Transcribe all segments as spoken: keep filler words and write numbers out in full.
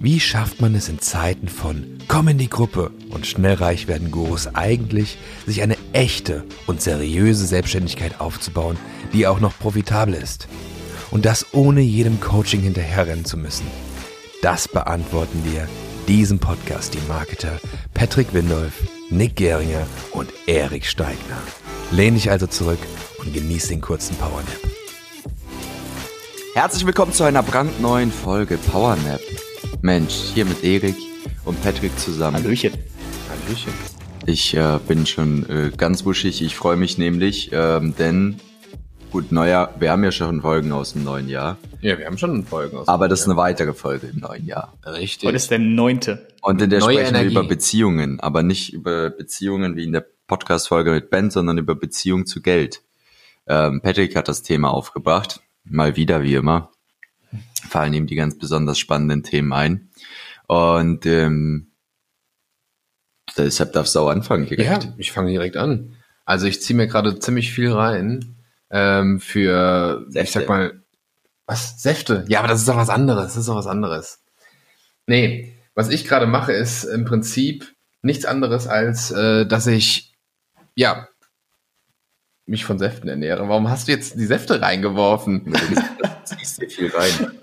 Wie schafft man es in Zeiten von komm in die Gruppe und schnell reich werden Gurus eigentlich, sich eine echte und seriöse Selbstständigkeit aufzubauen, die auch noch profitabel ist? Und das ohne jedem Coaching hinterherrennen zu müssen. Das beantworten wir diesem Podcast die Marketer Patrick Windolf, Nick Geringer und Erik Steigner. Lehn dich also zurück und genieß den kurzen Powernap. Herzlich willkommen zu einer brandneuen Folge Powernap. Mensch, hier mit Erik und Patrick zusammen. Hallöchen. Hallöchen. Ich äh, bin schon äh, ganz wuschig. Ich freue mich nämlich, ähm, denn gut, Neujahr, wir haben ja schon Folgen aus dem neuen Jahr. Ja, wir haben schon Folgen aus dem Aber das ist Jahr. eine weitere Folge im neuen Jahr. Richtig. Heute ist der neunte. Und in der Neue sprechen Energie. wir über Beziehungen, aber nicht über Beziehungen wie in der Podcast-Folge mit Ben, sondern über Beziehung zu Geld. Ähm, Patrick hat das Thema aufgebracht. Mal wieder, wie immer. Fallen ihm die ganz besonders spannenden Themen ein. Und ähm, deshalb darfst du auch anfangen direkt. Ja, ich fange direkt an. Also ich ziehe mir gerade ziemlich viel rein ähm, für, Säfte. ich sag mal, was? Säfte? Ja, aber das ist doch was anderes. Das ist doch was anderes. Nee, was ich gerade mache, ist im Prinzip nichts anderes, als äh, dass ich, ja, mich von Säften ernähre. Warum hast du jetzt die Säfte reingeworfen? Du ziehst dir viel rein.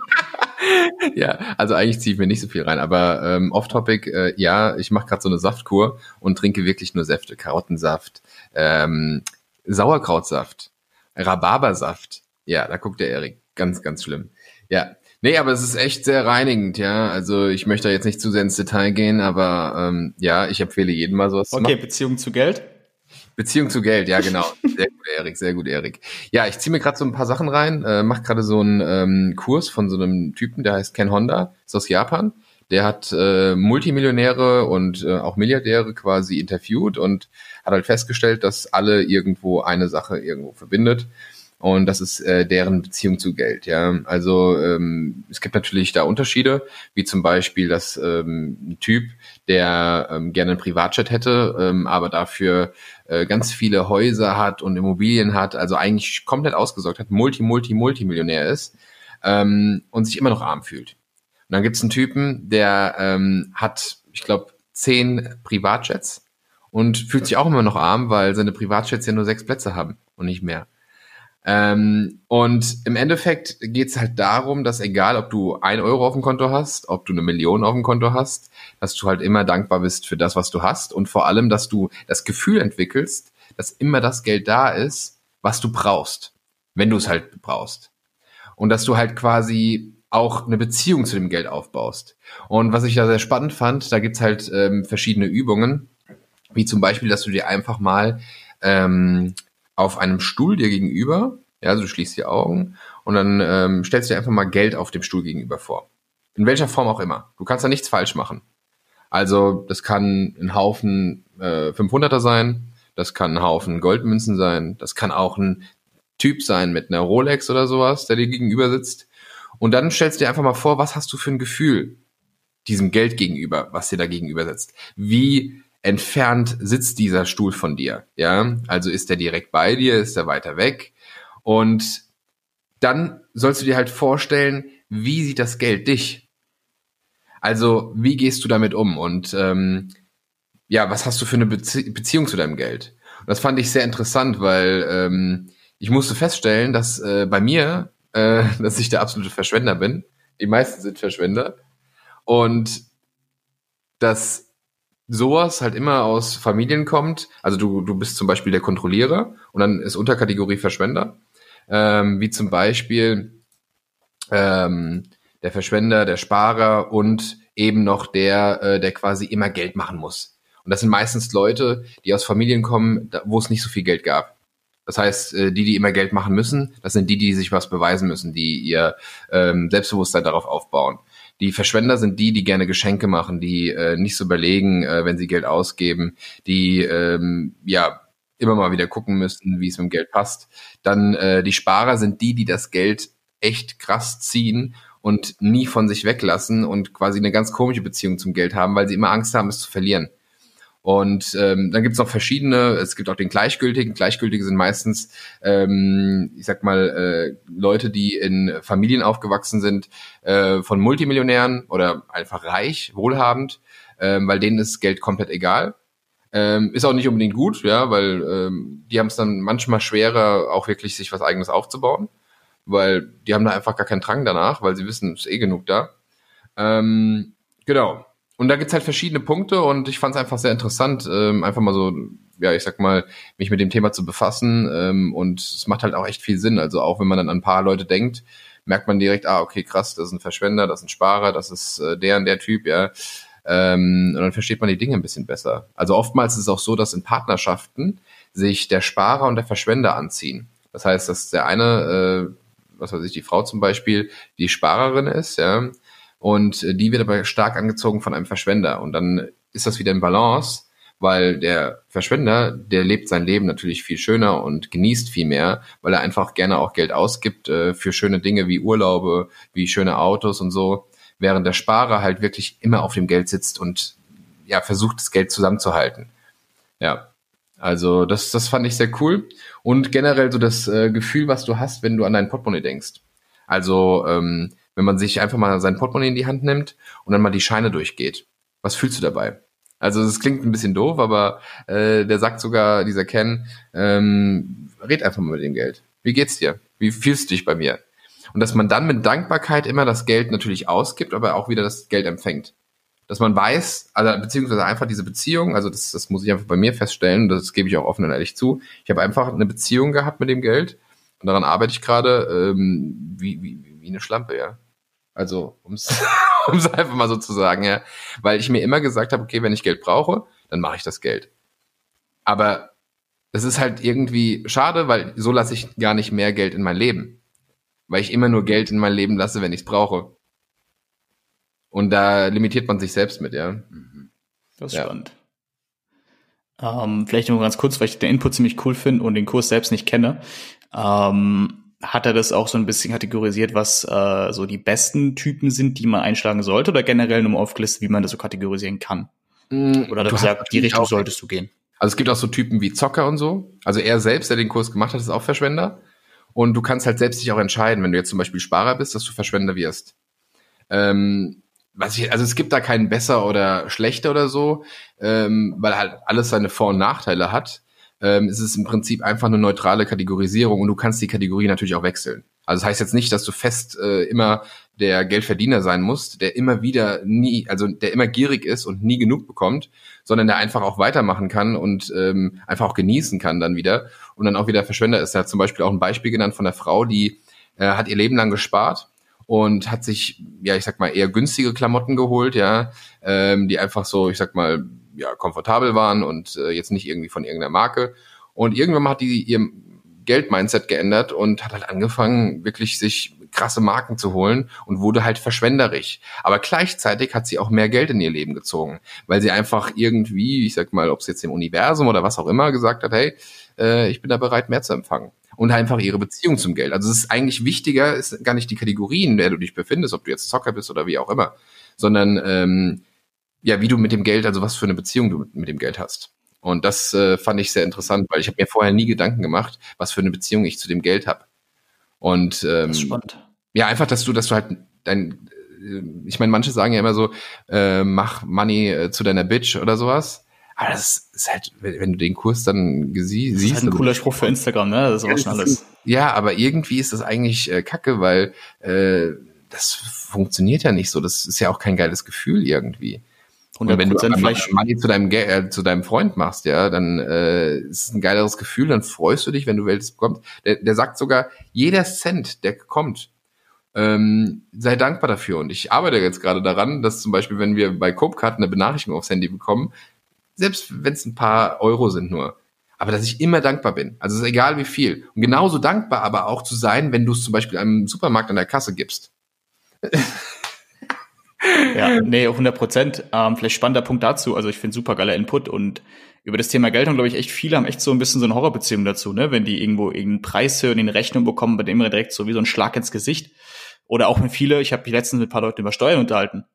Ja, also eigentlich ziehe ich mir nicht so viel rein, aber ähm, off-topic, äh, ja, ich mache gerade so eine Saftkur und trinke wirklich nur Säfte, Karottensaft, ähm, Sauerkrautsaft, Rhabarbersaft. Ja, da guckt der Erik. Ganz, ganz schlimm. Ja, nee, aber es ist echt sehr reinigend, ja. Also ich möchte da jetzt nicht zu sehr ins Detail gehen, aber ähm, ja, ich empfehle jedem mal sowas zu machen. Okay, Beziehung zu Geld? Beziehung zu Geld, ja genau. Sehr gut, Erik, sehr gut, Erik. Ja, ich ziehe mir gerade so ein paar Sachen rein, äh, mache gerade so einen ähm, Kurs von so einem Typen, der heißt Ken Honda, ist aus Japan. Der hat äh, Multimillionäre und äh, auch Milliardäre quasi interviewt und hat halt festgestellt, dass alle irgendwo eine Sache irgendwo verbindet. Und das ist äh, deren Beziehung zu Geld, ja. Also ähm, es gibt natürlich da Unterschiede, wie zum Beispiel, dass ähm, ein Typ, der ähm, gerne einen Privatjet hätte, ähm, aber dafür äh, ganz viele Häuser hat und Immobilien hat, also eigentlich komplett ausgesorgt hat, Multi, Multi, Multimillionär ist ähm, und sich immer noch arm fühlt. Und dann gibt's einen Typen, der ähm, hat, ich glaube, zehn Privatjets und fühlt sich auch immer noch arm, weil seine Privatjets ja nur sechs Plätze haben und nicht mehr. Ähm, und im Endeffekt geht's halt darum, dass egal, ob du ein Euro auf dem Konto hast, ob du eine Million auf dem Konto hast, dass du halt immer dankbar bist für das, was du hast und vor allem, dass du das Gefühl entwickelst, dass immer das Geld da ist, was du brauchst, wenn du es halt brauchst. Und dass du halt quasi auch eine Beziehung zu dem Geld aufbaust. Und was ich da sehr spannend fand, da gibt's halt ähm, verschiedene Übungen, wie zum Beispiel, dass du dir einfach mal ähm, auf einem Stuhl dir gegenüber, ja, also du schließt die Augen und dann ähm, stellst du dir einfach mal Geld auf dem Stuhl gegenüber vor. In welcher Form auch immer. Du kannst da nichts falsch machen. Also das kann ein Haufen äh, fünfhunderter sein, das kann ein Haufen Goldmünzen sein, das kann auch ein Typ sein mit einer Rolex oder sowas, der dir gegenüber sitzt. Und dann stellst du dir einfach mal vor, was hast du für ein Gefühl diesem Geld gegenüber, was dir da gegenüber sitzt. Wie entfernt sitzt dieser Stuhl von dir, ja? Also ist der direkt bei dir, ist der weiter weg? Und dann sollst du dir halt vorstellen, wie sieht das Geld dich? Also wie gehst du damit um? Und ähm, ja, was hast du für eine Bezie- Beziehung zu deinem Geld? Und das fand ich sehr interessant, weil ähm, ich musste feststellen, dass äh, bei mir, äh, dass ich der absolute Verschwender bin. Die meisten sind Verschwender. Und dass sowas halt immer aus Familien kommt. Also du du bist zum Beispiel der Kontrollierer und dann ist Unterkategorie Verschwender. Ähm, wie zum Beispiel ähm, der Verschwender, der Sparer und eben noch der, äh, der quasi immer Geld machen muss. Und das sind meistens Leute, die aus Familien kommen, da, wo es nicht so viel Geld gab. Das heißt, äh, die, die immer Geld machen müssen, das sind die, die sich was beweisen müssen, die ihr ähm, Selbstbewusstsein darauf aufbauen. Die Verschwender sind die, die gerne Geschenke machen, die äh, nicht so überlegen, äh, wenn sie Geld ausgeben, die ähm, ja immer mal wieder gucken müssen, wie es mit dem Geld passt. Dann äh, die Sparer sind die, die das Geld echt krass ziehen und nie von sich weglassen und quasi eine ganz komische Beziehung zum Geld haben, weil sie immer Angst haben, es zu verlieren. Und ähm, dann gibt's noch verschiedene, es gibt auch den Gleichgültigen. Gleichgültige sind meistens, ähm, ich sag mal, äh, Leute, die in Familien aufgewachsen sind, äh, von Multimillionären oder einfach reich, wohlhabend, ähm, weil denen ist Geld komplett egal. Ähm, ist auch nicht unbedingt gut, ja, weil ähm, die haben es dann manchmal schwerer, auch wirklich sich was Eigenes aufzubauen, weil die haben da einfach gar keinen Drang danach, weil sie wissen, es ist eh genug da. Ähm, genau. Und da gibt's halt verschiedene Punkte und ich fand es einfach sehr interessant, ähm, einfach mal so, ja, ich sag mal, mich mit dem Thema zu befassen ähm, und es macht halt auch echt viel Sinn. Also auch wenn man dann an ein paar Leute denkt, merkt man direkt, ah, okay, krass, das ist ein Verschwender, das ist ein Sparer, das ist äh, der und der Typ, ja. Ähm, und dann versteht man die Dinge ein bisschen besser. Also oftmals ist es auch so, dass in Partnerschaften sich der Sparer und der Verschwender anziehen. Das heißt, dass der eine, äh, was weiß ich, die Frau zum Beispiel, die Sparerin ist, ja, und äh, die wird aber stark angezogen von einem Verschwender. Und dann ist das wieder in Balance, weil der Verschwender, der lebt sein Leben natürlich viel schöner und genießt viel mehr, weil er einfach gerne auch Geld ausgibt äh, für schöne Dinge wie Urlaube, wie schöne Autos und so. Während der Sparer halt wirklich immer auf dem Geld sitzt und ja versucht, das Geld zusammenzuhalten. Ja, also das das fand ich sehr cool. Und generell so das äh, Gefühl, was du hast, wenn du an dein Portemonnaie denkst. Also ähm, wenn man sich einfach mal sein Portemonnaie in die Hand nimmt und dann mal die Scheine durchgeht. Was fühlst du dabei? Also das klingt ein bisschen doof, aber äh, der sagt sogar, dieser Ken, ähm, red einfach mal mit dem Geld. Wie geht's dir? Wie fühlst du dich bei mir? Und dass man dann mit Dankbarkeit immer das Geld natürlich ausgibt, aber auch wieder das Geld empfängt. Dass man weiß, also beziehungsweise einfach diese Beziehung, also das, das muss ich einfach bei mir feststellen, das gebe ich auch offen und ehrlich zu. Ich habe einfach eine Beziehung gehabt mit dem Geld und daran arbeite ich gerade ähm, wie, wie, wie eine Schlampe, ja. Also um es einfach mal so zu sagen, ja. Weil ich mir immer gesagt habe, okay, wenn ich Geld brauche, dann mache ich das Geld. Aber es ist halt irgendwie schade, weil so lasse ich gar nicht mehr Geld in mein Leben. Weil ich immer nur Geld in mein Leben lasse, wenn ich es brauche. Und da limitiert man sich selbst mit, ja. Das ist ja. spannend. Ähm, vielleicht nur ganz kurz, weil ich den Input ziemlich cool finde und den Kurs selbst nicht kenne. Ähm, hat er das auch so ein bisschen kategorisiert, was äh, so die besten Typen sind, die man einschlagen sollte, oder generell nur aufgelistet, wie man das so kategorisieren kann? Mm, oder hat er gesagt, die Richtung solltest du gehen? Also es gibt auch so Typen wie Zocker und so. Also er selbst, der den Kurs gemacht hat, ist auch Verschwender. Und du kannst halt selbst dich auch entscheiden, wenn du jetzt zum Beispiel Sparer bist, dass du Verschwender wirst. Ähm, was ich, also es gibt da keinen besser oder schlechter oder so, ähm, weil halt alles seine Vor- und Nachteile hat. Ähm, es ist im Prinzip einfach eine neutrale Kategorisierung und du kannst die Kategorie natürlich auch wechseln. Also das heißt jetzt nicht, dass du fest äh, immer der Geldverdiener sein musst, der immer wieder nie, also der immer gierig ist und nie genug bekommt, sondern der einfach auch weitermachen kann und ähm, einfach auch genießen kann dann wieder und dann auch wieder Verschwender ist. Er hat zum Beispiel auch ein Beispiel genannt von einer Frau, die äh, hat ihr Leben lang gespart und hat sich, ja, ich sag mal, eher günstige Klamotten geholt, ja, ähm, die einfach so, ich sag mal, ja, komfortabel waren und äh, jetzt nicht irgendwie von irgendeiner Marke. Und irgendwann hat die ihr Geld-Mindset geändert und hat halt angefangen, wirklich sich krasse Marken zu holen und wurde halt verschwenderisch. Aber gleichzeitig hat sie auch mehr Geld in ihr Leben gezogen, weil sie einfach irgendwie, ich sag mal, ob es jetzt im Universum oder was auch immer, gesagt hat, hey, äh, ich bin da bereit, mehr zu empfangen. Und einfach ihre Beziehung zum Geld. Also es ist eigentlich wichtiger, ist gar nicht die Kategorie, in der du dich befindest, ob du jetzt Zocker bist oder wie auch immer, sondern ähm, ja, wie du mit dem Geld, also was für eine Beziehung du mit, mit dem Geld hast. Und das äh, fand ich sehr interessant, weil ich habe mir vorher nie Gedanken gemacht, was für eine Beziehung ich zu dem Geld habe. Und ähm, das ist spannend. Ja, einfach, dass du, dass du halt dein, äh, ich meine, manche sagen ja immer so, äh, mach Money äh, zu deiner Bitch oder sowas. Aber das ist halt, wenn, wenn du den Kurs dann sie, das siehst. Das ist halt ein cooler Spruch für Instagram, ne? Das ist auch schon alles. Ja, aber irgendwie ist das eigentlich äh, kacke, weil äh, das funktioniert ja nicht so. Das ist ja auch kein geiles Gefühl irgendwie. Und wenn du vielleicht Money zu deinem, äh, zu deinem Freund machst, ja, dann äh, ist es ein geileres Gefühl, dann freust du dich, wenn du Geld bekommst. Der, der sagt sogar, jeder Cent, der kommt, ähm, sei dankbar dafür. Und ich arbeite jetzt gerade daran, dass zum Beispiel, wenn wir bei Copecard eine Benachrichtigung aufs Handy bekommen, selbst wenn es ein paar Euro sind nur, aber dass ich immer dankbar bin. Also es ist egal wie viel. Und genauso dankbar aber auch zu sein, wenn du es zum Beispiel einem Supermarkt an der Kasse gibst. Ja, nee, hundert Prozent. Ähm, vielleicht spannender Punkt dazu. Also ich finde super geiler Input und über das Thema Geld haben, glaube ich, echt viele haben echt so ein bisschen so eine Horrorbeziehung dazu, ne? Wenn die irgendwo irgendeinen Preis hören, eine Rechnung bekommen, bei dem direkt so wie so ein Schlag ins Gesicht. Oder auch wenn viele, ich habe mich letztens mit ein paar Leuten über Steuern unterhalten.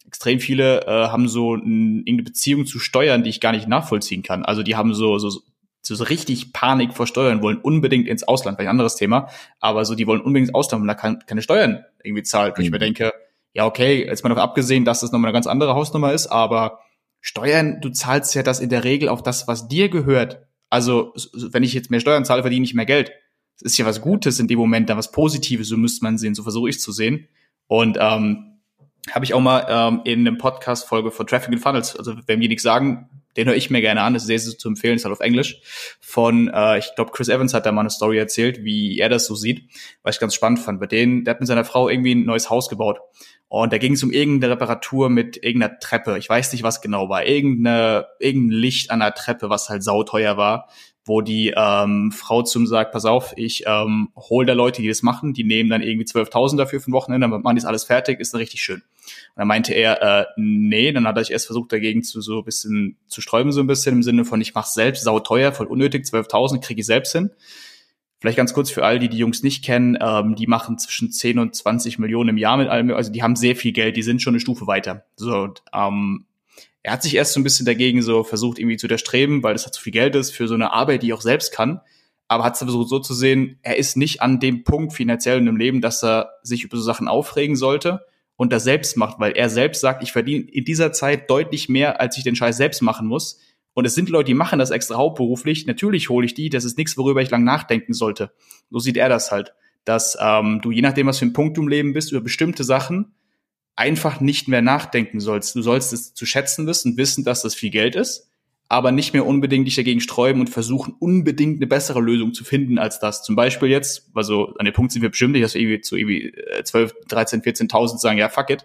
extrem viele äh, haben so ein, irgendeine Beziehung zu Steuern, die ich gar nicht nachvollziehen kann. Also die haben so so so, so richtig Panik vor Steuern, wollen unbedingt ins Ausland, vielleicht ein anderes Thema, aber so die wollen unbedingt ins Ausland, und da kann, keine Steuern irgendwie zahlt. Mhm. Und ich mir denke, ja okay, jetzt mal davon abgesehen, dass das nochmal eine ganz andere Hausnummer ist, aber Steuern, du zahlst ja das in der Regel auf das, was dir gehört. Also wenn ich jetzt mehr Steuern zahle, verdiene ich mehr Geld. Das ist ja was Gutes in dem Moment, dann was Positives, so müsste man sehen, so versuche ich es zu sehen. Und ähm, habe ich auch mal ähm, in einem Podcast-Folge von Traffic and Funnels, also wenn die nichts sagen, den höre ich mir gerne an, das ist sehr, sehr zu empfehlen, ist halt auf Englisch, von, äh, ich glaube, Chris Evans hat da mal eine Story erzählt, wie er das so sieht, was ich ganz spannend fand. Bei denen, der hat mit seiner Frau irgendwie ein neues Haus gebaut. Und da ging es um irgendeine Reparatur mit irgendeiner Treppe. Ich weiß nicht, was genau war. Irgendeine, irgendein Licht an der Treppe, was halt sauteuer war, wo die ähm, Frau zum sagt, pass auf, ich ähm, hol da Leute, die das machen. Die nehmen dann irgendwie zwölftausend dafür für ein Wochenende, dann machen die das alles fertig, ist dann richtig schön. Und dann meinte er, äh, nee, dann hat er sich erst versucht, dagegen zu so ein bisschen zu sträuben, so ein bisschen im Sinne von, ich mach's selbst, sauteuer, voll unnötig, zwölftausend kriege ich selbst hin. Vielleicht ganz kurz für all die, die Jungs nicht kennen, ähm, die machen zwischen zehn und zwanzig Millionen im Jahr mit allem, also die haben sehr viel Geld, die sind schon eine Stufe weiter. So, und, ähm, er hat sich erst so ein bisschen dagegen so versucht, irgendwie zu widerstreben, weil das halt zu viel Geld ist für so eine Arbeit, die er auch selbst kann, aber hat es versucht so zu sehen, er ist nicht an dem Punkt finanziell in dem Leben, dass er sich über so Sachen aufregen sollte und das selbst macht, weil er selbst sagt, ich verdiene in dieser Zeit deutlich mehr, als ich den Scheiß selbst machen muss. Und es sind Leute, die machen das extra hauptberuflich. Natürlich hole ich die, das ist nichts, worüber ich lang nachdenken sollte. So sieht er das halt, dass ähm, du je nachdem, was für ein Punkt du im Leben bist, über bestimmte Sachen einfach nicht mehr nachdenken sollst. Du sollst es zu schätzen wissen, wissen, dass das viel Geld ist, aber nicht mehr unbedingt dich dagegen sträuben und versuchen, unbedingt eine bessere Lösung zu finden als das. Zum Beispiel jetzt, also an dem Punkt sind wir bestimmt nicht, dass wir irgendwie zu irgendwie zwölf, dreizehn, vierzehntausend sagen, ja, fuck it.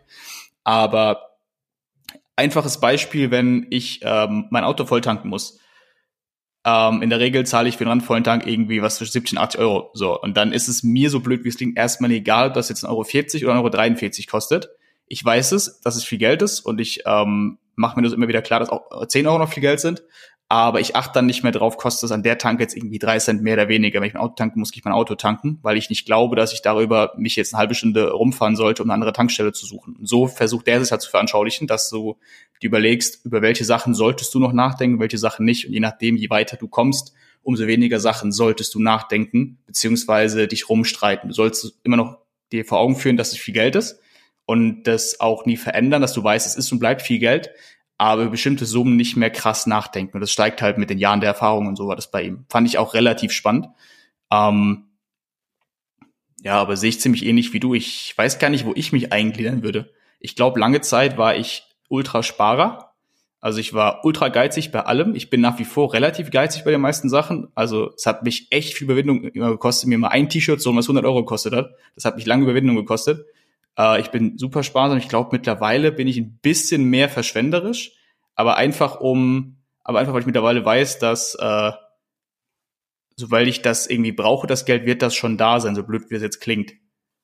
Aber einfaches Beispiel, wenn ich ähm, mein Auto voll tanken muss. Ähm, in der Regel zahle ich für einen randvollen Tank irgendwie was für siebzehn, achtzig Euro. So, und dann ist es mir so blöd, wie es klingt, erstmal egal, ob das jetzt ein Euro vierzig oder ein Euro dreiundvierzig kostet. Ich weiß es, dass es viel Geld ist und ich ähm, mache mir das immer wieder klar, dass auch zehn Euro noch viel Geld sind. Aber ich achte dann nicht mehr drauf, kostet es an der Tank jetzt irgendwie drei Cent mehr oder weniger. Wenn ich mein Auto tanken muss, ich mein Auto tanken, weil ich nicht glaube, dass ich darüber mich jetzt eine halbe Stunde rumfahren sollte, um eine andere Tankstelle zu suchen. Und so versucht der sich halt zu veranschaulichen, dass du dir überlegst, über welche Sachen solltest du noch nachdenken, welche Sachen nicht. Und je nachdem, je weiter du kommst, umso weniger Sachen solltest du nachdenken, beziehungsweise dich rumstreiten. Du sollst immer noch dir vor Augen führen, dass es viel Geld ist und das auch nie verändern, dass du weißt, es ist und bleibt viel Geld, aber über bestimmte Summen nicht mehr krass nachdenken. Und das steigt halt mit den Jahren der Erfahrung und so war das bei ihm. Fand ich auch relativ spannend. Ähm, ja, aber sehe ich ziemlich ähnlich wie du. Ich weiß gar nicht, wo ich mich eingliedern würde. Ich glaube, lange Zeit war ich Ultrasparer. Also ich war ultra geizig bei allem. Ich bin nach wie vor relativ geizig bei den meisten Sachen. Also es hat mich echt viel Überwindung gekostet, mir mal ein T-Shirt so was hundert Euro gekostet hat. Das hat mich lange Überwindung gekostet. Äh, ich bin super sparsam. Ich glaube, mittlerweile bin ich ein bisschen mehr verschwenderisch, aber einfach um, aber einfach, weil ich mittlerweile weiß, dass äh, sobald ich das irgendwie brauche, das Geld, wird das schon da sein, so blöd wie es jetzt klingt.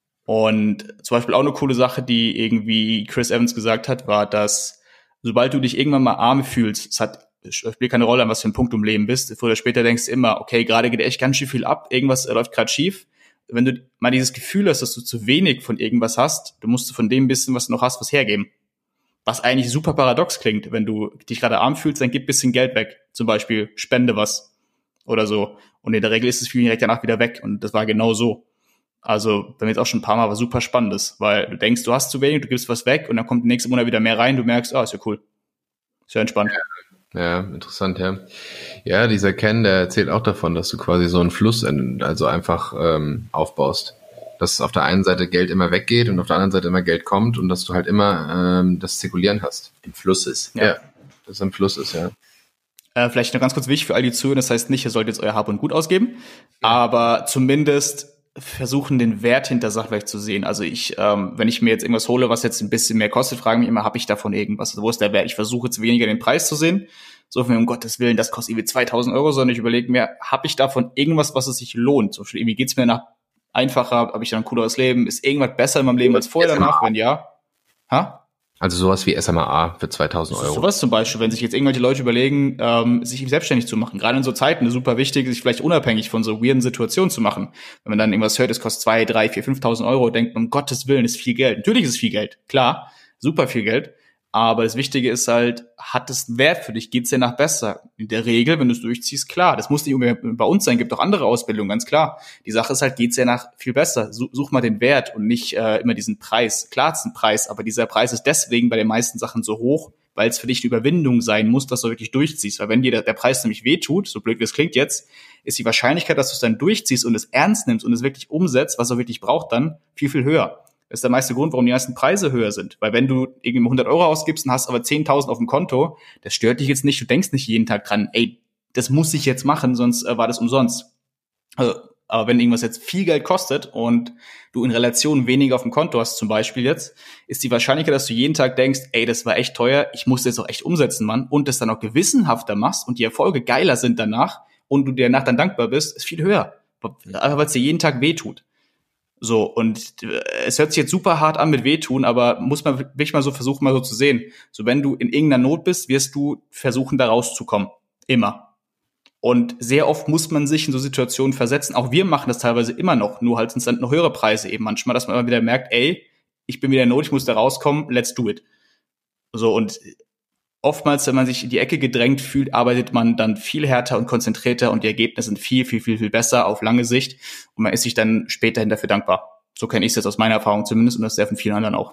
Und zum Beispiel auch eine coole Sache, die irgendwie Chris Evans gesagt hat, war, dass sobald du dich irgendwann mal arm fühlst, es hat spielt keine Rolle, an was für ein Punkt du im Leben bist, früher oder später denkst du immer, okay, gerade geht echt ganz schön viel ab, irgendwas läuft gerade schief. Wenn du mal dieses Gefühl hast, dass du zu wenig von irgendwas hast, du musst von dem bisschen, was du noch hast, was hergeben. Was eigentlich super paradox klingt, wenn du dich gerade arm fühlst, dann gib ein bisschen Geld weg. Zum Beispiel spende was oder so. Und in der Regel ist es viel direkt danach wieder weg. Und das war genau so. Also bei mir jetzt auch schon ein paar Mal was super Spannendes, weil du denkst, du hast zu wenig, du gibst was weg und dann kommt nächsten Monat wieder mehr rein, du merkst, ah, ist ja cool. Ist ja entspannt. Ja, ja, interessant, ja. Ja, dieser Ken, der erzählt auch davon, dass du quasi so einen Fluss, also einfach ähm, aufbaust. Dass auf der einen Seite Geld immer weggeht und auf der anderen Seite immer Geld kommt und dass du halt immer ähm, das Zirkulieren hast. Im Fluss ist. Ja, ja, dass es im Fluss ist, ja. Äh, vielleicht noch ganz kurz wichtig für all die Zuhörer, das heißt nicht, ihr sollt jetzt euer Hab und Gut ausgeben, ja. Aber zumindest versuchen, den Wert hinter Sachen vielleicht zu sehen. Also ich, ähm, wenn ich mir jetzt irgendwas hole, was jetzt ein bisschen mehr kostet, frage mich immer, habe ich davon irgendwas? Also wo ist der Wert? Ich versuche jetzt weniger den Preis zu sehen. So von mir, um Gottes Willen, das kostet irgendwie zweitausend Euro, sondern ich überlege mir, habe ich davon irgendwas, was es sich lohnt? Zum Beispiel, irgendwie geht's mir nach einfacher, habe ich dann ein cooleres Leben? Ist irgendwas besser in meinem Leben als vorher danach? Wenn ja, ha? Also sowas wie S M A A für zweitausend Euro. Sowas zum Beispiel, wenn sich jetzt irgendwelche Leute überlegen, ähm, sich selbstständig zu machen. Gerade in so Zeiten ist super wichtig, sich vielleicht unabhängig von so weirden Situationen zu machen. Wenn man dann irgendwas hört, es kostet zwei, drei, vier, fünftausend Euro, denkt man, um Gottes Willen, ist viel Geld. Natürlich ist es viel Geld, klar, super viel Geld. Aber das Wichtige ist halt, hat es einen Wert für dich? Geht's dir nach besser? In der Regel, wenn du es durchziehst, klar. Das muss nicht unbedingt bei uns sein, gibt auch andere Ausbildungen, ganz klar. Die Sache ist halt, geht's dir nach viel besser? Such mal den Wert und nicht äh, immer diesen Preis. Klar, es ist ein Preis, aber dieser Preis ist deswegen bei den meisten Sachen so hoch, weil es für dich eine Überwindung sein muss, dass du wirklich durchziehst. Weil wenn dir der, der Preis nämlich wehtut, so blöd wie es klingt jetzt, ist die Wahrscheinlichkeit, dass du es dann durchziehst und es ernst nimmst und es wirklich umsetzt, was er wirklich braucht, dann viel, viel höher. Das ist der meiste Grund, warum die meisten Preise höher sind. Weil wenn du irgendwie hundert Euro ausgibst und hast aber zehntausend auf dem Konto, das stört dich jetzt nicht. Du denkst nicht jeden Tag dran, ey, das muss ich jetzt machen, sonst äh, war das umsonst. Also, aber wenn irgendwas jetzt viel Geld kostet und du in Relation weniger auf dem Konto hast, zum Beispiel jetzt, ist die Wahrscheinlichkeit, dass du jeden Tag denkst, ey, das war echt teuer, ich muss das auch echt umsetzen, Mann, und das dann auch gewissenhafter machst und die Erfolge geiler sind danach und du dir danach dann dankbar bist, ist viel höher. Einfach weil es dir jeden Tag wehtut. So, und es hört sich jetzt super hart an mit wehtun, aber muss man wirklich mal so versuchen, mal so zu sehen. So, wenn du in irgendeiner Not bist, wirst du versuchen, da rauszukommen. Immer. Und sehr oft muss man sich in so Situationen versetzen. Auch wir machen das teilweise immer noch, nur halt sind es dann noch höhere Preise eben manchmal, dass man immer wieder merkt, ey, ich bin wieder in Not, ich muss da rauskommen, let's do it. So, und oftmals, wenn man sich in die Ecke gedrängt fühlt, arbeitet man dann viel härter und konzentrierter und die Ergebnisse sind viel, viel, viel, viel besser auf lange Sicht und man ist sich dann späterhin dafür dankbar. So kenne ich es jetzt aus meiner Erfahrung zumindest und das ist ja von vielen anderen auch.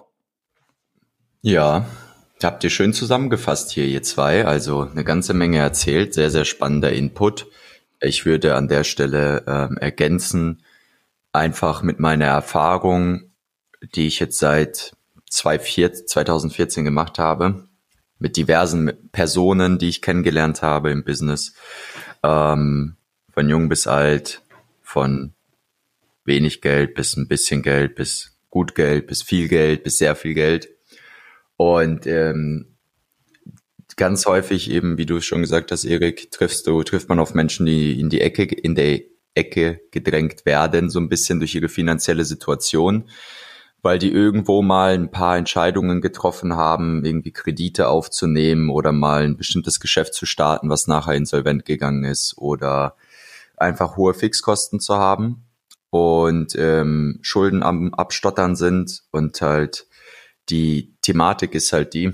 Ja, habt ihr schön zusammengefasst hier, ihr zwei. Also eine ganze Menge erzählt, sehr, sehr spannender Input. Ich würde an der Stelle ähm, ergänzen, einfach mit meiner Erfahrung, die ich jetzt seit zwanzig vierzehn gemacht habe, mit diversen Personen, die ich kennengelernt habe im Business, ähm, von jung bis alt, von wenig Geld bis ein bisschen Geld, bis gut Geld, bis viel Geld, bis sehr viel Geld. Und ähm, ganz häufig eben, wie du schon gesagt hast, Erik, triffst du, trifft man auf Menschen, die in die Ecke, in der Ecke gedrängt werden, so ein bisschen durch ihre finanzielle Situation, weil die irgendwo mal ein paar Entscheidungen getroffen haben, irgendwie Kredite aufzunehmen oder mal ein bestimmtes Geschäft zu starten, was nachher insolvent gegangen ist oder einfach hohe Fixkosten zu haben und ähm, Schulden am Abstottern sind und halt die Thematik ist halt die,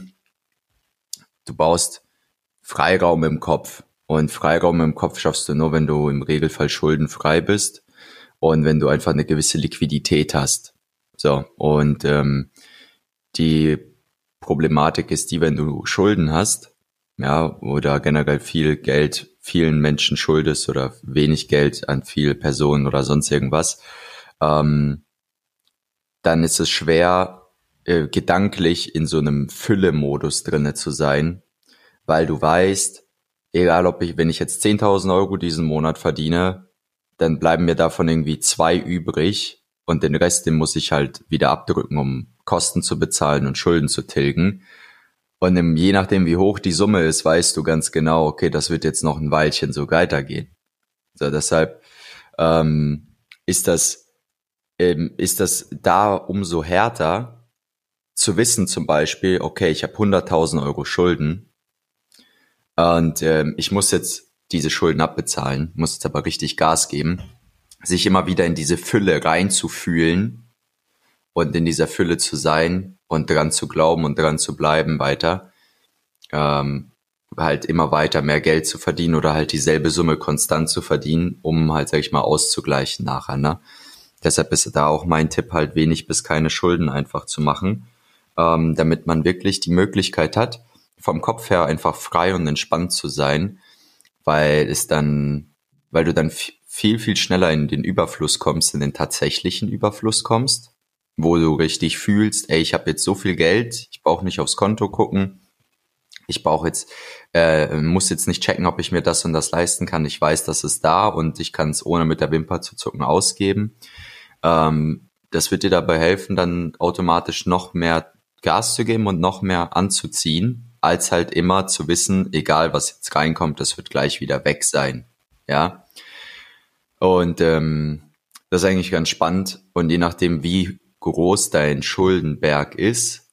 du baust Freiraum im Kopf und Freiraum im Kopf schaffst du nur, wenn du im Regelfall schuldenfrei bist und wenn du einfach eine gewisse Liquidität hast. So, und ähm, die Problematik ist die, wenn du Schulden hast, ja, oder generell viel Geld vielen Menschen schuldest oder wenig Geld an viele Personen oder sonst irgendwas, ähm, dann ist es schwer, äh, gedanklich in so einem Fülle-Modus drinne zu sein, weil du weißt, egal ob ich, wenn ich jetzt zehntausend Euro diesen Monat verdiene, dann bleiben mir davon irgendwie zwei übrig, und den Rest, den muss ich halt wieder abdrücken, um Kosten zu bezahlen und Schulden zu tilgen. Und im, je nachdem, wie hoch die Summe ist, weißt du ganz genau, okay, das wird jetzt noch ein Weilchen so weitergehen. So, deshalb ähm, ist das ähm, ist das da umso härter zu wissen, zum Beispiel, okay, ich habe hunderttausend Euro Schulden und ähm, ich muss jetzt diese Schulden abbezahlen, muss jetzt aber richtig Gas geben, sich immer wieder in diese Fülle reinzufühlen und in dieser Fülle zu sein und dran zu glauben und dran zu bleiben weiter, ähm, halt immer weiter mehr Geld zu verdienen oder halt dieselbe Summe konstant zu verdienen, um halt, sag ich mal, auszugleichen nachher, ne? Deshalb ist da auch mein Tipp halt, wenig bis keine Schulden einfach zu machen, ähm, damit man wirklich die Möglichkeit hat, vom Kopf her einfach frei und entspannt zu sein, weil es dann, weil du dann f- viel, viel schneller in den Überfluss kommst, in den tatsächlichen Überfluss kommst, wo du richtig fühlst, ey, ich habe jetzt so viel Geld, ich brauche nicht aufs Konto gucken, ich brauche jetzt, äh, muss jetzt nicht checken, ob ich mir das und das leisten kann, ich weiß, das ist da und ich kann es ohne mit der Wimper zu zucken ausgeben. Ähm, das wird dir dabei helfen, dann automatisch noch mehr Gas zu geben und noch mehr anzuziehen, als halt immer zu wissen, egal was jetzt reinkommt, das wird gleich wieder weg sein, ja. Und ähm, das ist eigentlich ganz spannend. Und je nachdem, wie groß dein Schuldenberg ist,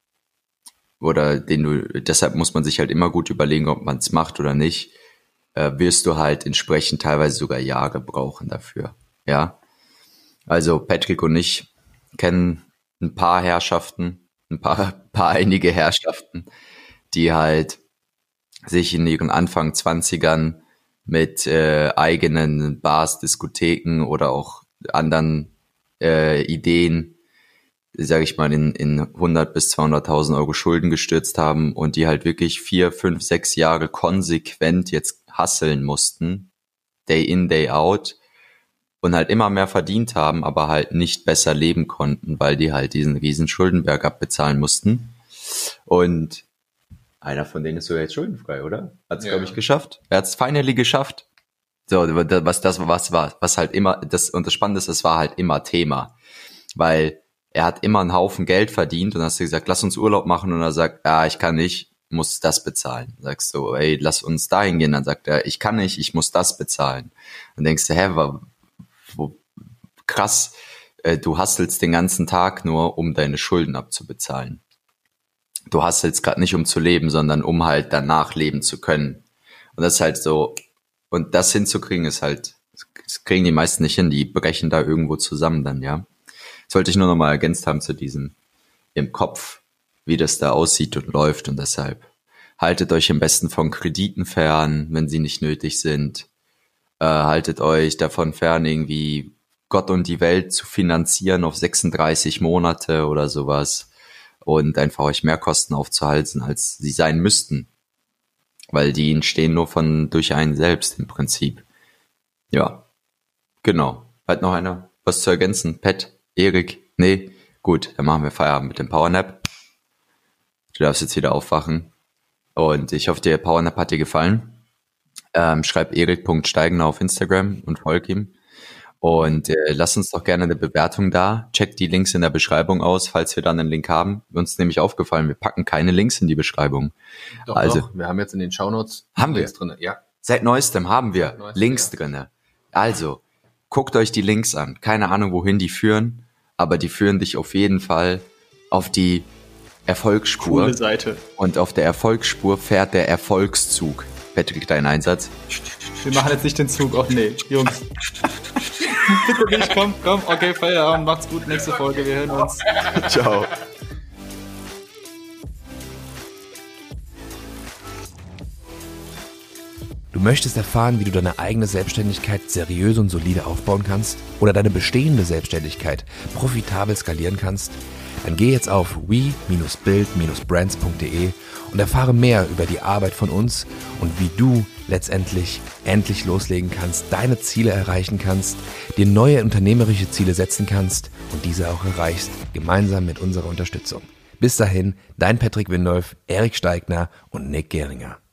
oder den du, deshalb muss man sich halt immer gut überlegen, ob man es macht oder nicht, äh, wirst du halt entsprechend teilweise sogar Jahre brauchen dafür. Ja. Also Patrick und ich kennen ein paar Herrschaften, ein paar, paar einige Herrschaften, die halt sich in ihren Anfang zwanzigern mit äh, eigenen Bars, Diskotheken oder auch anderen äh, Ideen, sage ich mal, in, in hundert bis zweihunderttausend Euro Schulden gestürzt haben und die halt wirklich vier, fünf, sechs Jahre konsequent jetzt hustlen mussten, day in, day out, und halt immer mehr verdient haben, aber halt nicht besser leben konnten, weil die halt diesen riesen Schuldenberg abbezahlen mussten. Und einer von denen ist sogar jetzt schuldenfrei, oder? Hat es, ja. glaube ich, geschafft. Er hat es finally geschafft. So, was das was war, was halt immer, das und das Spannende ist, es war halt immer Thema. Weil er hat immer einen Haufen Geld verdient und hast du gesagt, lass uns Urlaub machen, und er sagt, ja, ich kann nicht, muss das bezahlen. Sagst du, ey, lass uns dahin gehen, dann sagt er, ich kann nicht, ich muss das bezahlen. Dann denkst du, hä, wo, wo, krass, äh, du hustelst den ganzen Tag nur, um deine Schulden abzubezahlen. Du hustelst gerade nicht, um zu leben, sondern um halt danach leben zu können. Und das ist halt so, und das hinzukriegen ist halt, das kriegen die meisten nicht hin, die brechen da irgendwo zusammen dann, ja. Das wollte ich nur noch mal ergänzt haben zu diesem im Kopf, wie das da aussieht und läuft, und deshalb haltet euch am besten von Krediten fern, wenn sie nicht nötig sind. Äh, haltet euch davon fern, irgendwie Gott und die Welt zu finanzieren auf sechsunddreißig Monate oder sowas und einfach euch mehr Kosten aufzuhalten, als sie sein müssten. Weil die entstehen nur von durch einen selbst im Prinzip. Ja, genau. Hat noch einer was zu ergänzen? Pat, Erik? Nee? Gut, dann machen wir Feierabend mit dem Powernap. Du darfst jetzt wieder aufwachen. Und ich hoffe, der Powernap hat dir gefallen. Ähm, schreib erik punkt steigner auf Instagram und folg ihm. Und äh, lass uns doch gerne eine Bewertung da. Check die Links in der Beschreibung aus, falls wir dann einen Link haben. Uns ist nämlich aufgefallen, wir packen keine Links in die Beschreibung. Doch, also, doch. Wir haben jetzt in den Shownotes haben Links wir drin. Ja. Seit neuestem haben wir neuestem, Links ja. drinne. Also, guckt euch die Links an. Keine Ahnung, wohin die führen, aber die führen dich auf jeden Fall auf die Erfolgsspur. Coole Seite. Und auf der Erfolgsspur fährt der Erfolgszug. Patrick, dein Einsatz. Wir machen jetzt nicht den Zug. Oh nee, Jungs. Bitte nicht, komm, komm. Okay, Feierabend, macht's gut. Nächste Folge, wir hören uns. Ciao. Du möchtest erfahren, wie du deine eigene Selbstständigkeit seriös und solide aufbauen kannst oder deine bestehende Selbstständigkeit profitabel skalieren kannst? Dann geh jetzt auf we build brands punkt de und erfahre mehr über die Arbeit von uns und wie du letztendlich endlich loslegen kannst, deine Ziele erreichen kannst, dir neue unternehmerische Ziele setzen kannst und diese auch erreichst, gemeinsam mit unserer Unterstützung. Bis dahin, dein Patrick Windolf, Erik Steigner und Nick Geringer.